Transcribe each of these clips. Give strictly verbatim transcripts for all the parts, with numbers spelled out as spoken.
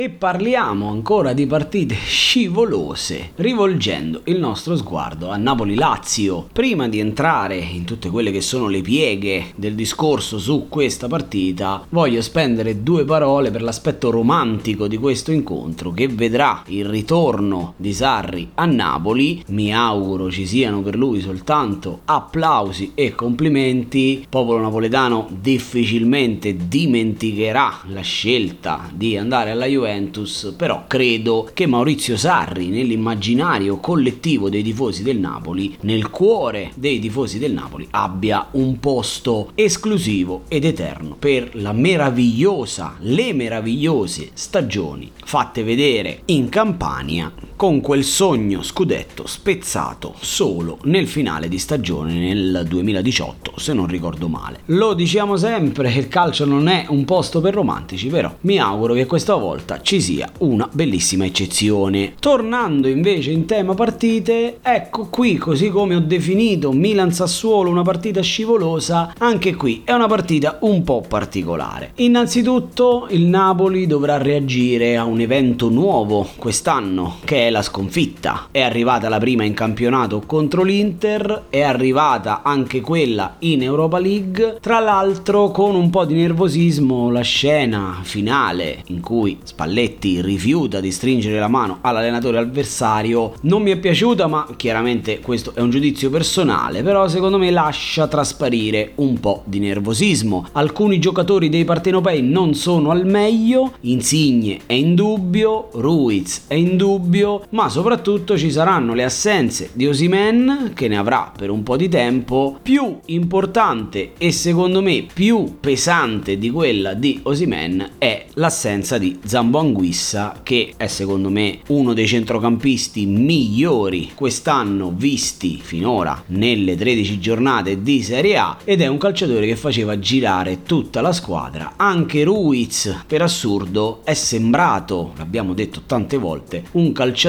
E parliamo ancora di partite scivolose, rivolgendo il nostro sguardo a Napoli-Lazio. Prima di entrare in tutte quelle che sono le pieghe del discorso su questa partita, voglio spendere due parole per l'aspetto romantico di questo incontro, che vedrà il ritorno di Sarri a Napoli. Mi auguro ci siano per lui soltanto applausi e complimenti. Il popolo napoletano difficilmente dimenticherà la scelta di andare alla Juventus, però credo che Maurizio Sarri, nell'immaginario collettivo dei tifosi del Napoli, nel cuore dei tifosi del Napoli, abbia un posto esclusivo ed eterno per la meravigliosa, le meravigliose stagioni fatte vedere in Campania, con quel sogno scudetto spezzato solo nel finale di stagione nel duemiladiciotto, se non ricordo male. Lo diciamo sempre, il calcio non è un posto per romantici, però mi auguro che questa volta ci sia una bellissima eccezione. Tornando invece in tema partite, ecco qui, così come ho definito Milan-Sassuolo una partita scivolosa, anche qui è una partita un po' particolare. Innanzitutto il Napoli dovrà reagire a un evento nuovo quest'anno, che è la sconfitta. È arrivata la prima in campionato contro l'Inter, è arrivata anche quella in Europa League, tra l'altro con un po' di nervosismo la scena finale in cui Spalletti rifiuta di stringere la mano all'allenatore avversario. Non mi è piaciuta, ma chiaramente questo è un giudizio personale, però secondo me lascia trasparire un po' di nervosismo. Alcuni giocatori dei partenopei non sono al meglio, Insigne è in dubbio, Ruiz è in dubbio, ma soprattutto ci saranno le assenze di Osimhen, che ne avrà per un po' di tempo. Più importante e secondo me più pesante di quella di Osimhen è l'assenza di Zambo Anguissa, che è secondo me uno dei centrocampisti migliori quest'anno visti finora nelle tredici giornate di Serie A, ed è un calciatore che faceva girare tutta la squadra. Anche Ruiz, per assurdo, è sembrato, l'abbiamo detto tante volte, un calciatore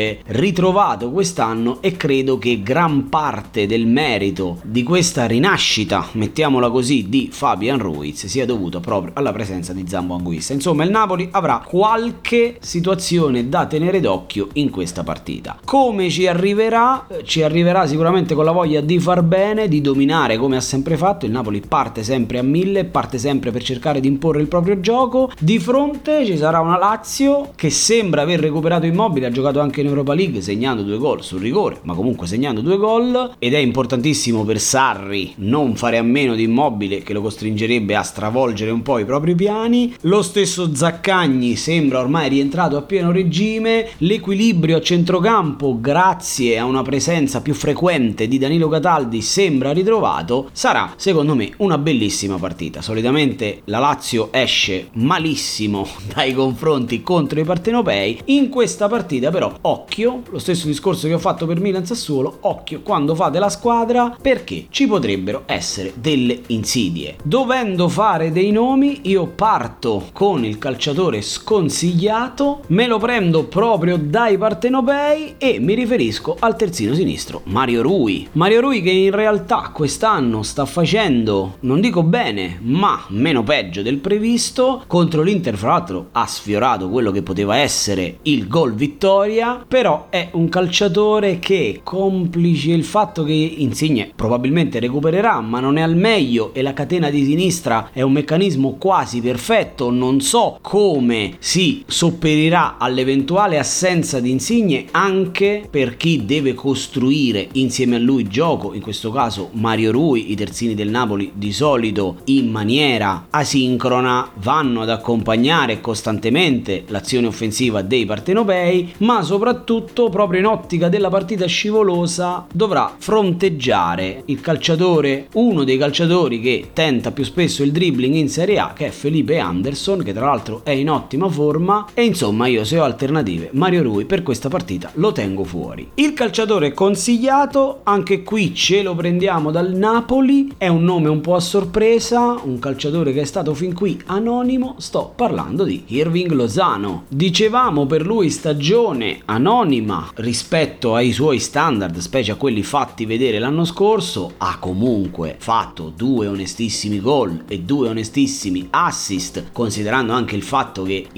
ritrovato quest'anno, e credo che gran parte del merito di questa rinascita, mettiamola così, di Fabian Ruiz sia dovuto proprio alla presenza di Zambo Anguissa. Insomma, il Napoli avrà qualche situazione da tenere d'occhio in questa partita. Come ci arriverà? Ci arriverà sicuramente con la voglia di far bene, di dominare come ha sempre fatto. Il Napoli parte sempre a mille, parte sempre per cercare di imporre il proprio gioco. Di fronte ci sarà una Lazio che sembra aver recuperato Immobile, ha giocato anche in Europa League segnando due gol sul rigore, ma comunque segnando due gol, ed è importantissimo per Sarri non fare a meno di Immobile, che lo costringerebbe a stravolgere un po' i propri piani. Lo stesso Zaccagni sembra ormai rientrato a pieno regime, l'equilibrio a centrocampo grazie a una presenza più frequente di Danilo Cataldi sembra ritrovato. Sarà secondo me una bellissima partita. Solitamente la Lazio esce malissimo dai confronti contro i partenopei, in questa partita però occhio, lo stesso discorso che ho fatto per Milan-Sassuolo, occhio quando fate la squadra, perché ci potrebbero essere delle insidie. Dovendo fare dei nomi, io parto con il calciatore sconsigliato, me lo prendo proprio dai partenopei e mi riferisco al terzino sinistro Mario Rui. Mario Rui che in realtà quest'anno sta facendo, non dico bene, ma meno peggio del previsto. Contro l'Inter fra l'altro ha sfiorato quello che poteva essere il gol vittoria, però è un calciatore che, complice il fatto che Insigne probabilmente recupererà ma non è al meglio e la catena di sinistra è un meccanismo quasi perfetto, non so come si sopperirà all'eventuale assenza di Insigne, anche per chi deve costruire insieme a lui gioco, in questo caso Mario Rui. I terzini del Napoli di solito in maniera asincrona vanno ad accompagnare costantemente l'azione offensiva dei partenopei, ma soprattutto proprio in ottica della partita scivolosa dovrà fronteggiare il calciatore, uno dei calciatori che tenta più spesso il dribbling in Serie A, che è Felipe Anderson, che tra l'altro è in ottima forma. E insomma, io se ho alternative, Mario Rui per questa partita lo tengo fuori. Il calciatore consigliato, anche qui ce lo prendiamo dal Napoli, è un nome un po' a sorpresa, un calciatore che è stato fin qui anonimo. Sto parlando di Hirving Lozano. Dicevamo per lui stagione anonima rispetto ai suoi standard, specie a quelli fatti vedere l'anno scorso. Ha comunque fatto due onestissimi gol e due onestissimi assist, considerando anche il fatto che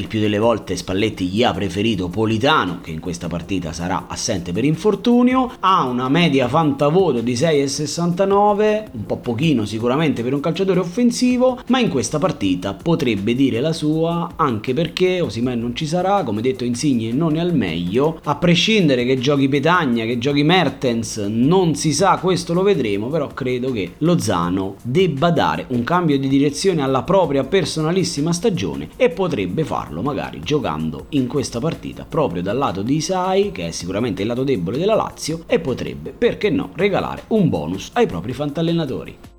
il più delle volte Spalletti gli ha preferito Politano, che in questa partita sarà assente per infortunio, ha una media fantavoto di sei virgola sessantanove, un po' pochino sicuramente per un calciatore offensivo, ma in questa partita potrebbe dire la sua, anche perché Osimhen non ci sarà, come detto Insigne non è al meglio, a prescindere che giochi Petagna, che giochi Mertens, non si sa, questo lo vedremo, però credo che Lozano debba dare un cambio di direzione alla propria personalissima stagione e potrebbe farlo magari giocando in questa partita proprio dal lato di Isai, che è sicuramente il lato debole della Lazio, e potrebbe, perché no, regalare un bonus ai propri fantallenatori.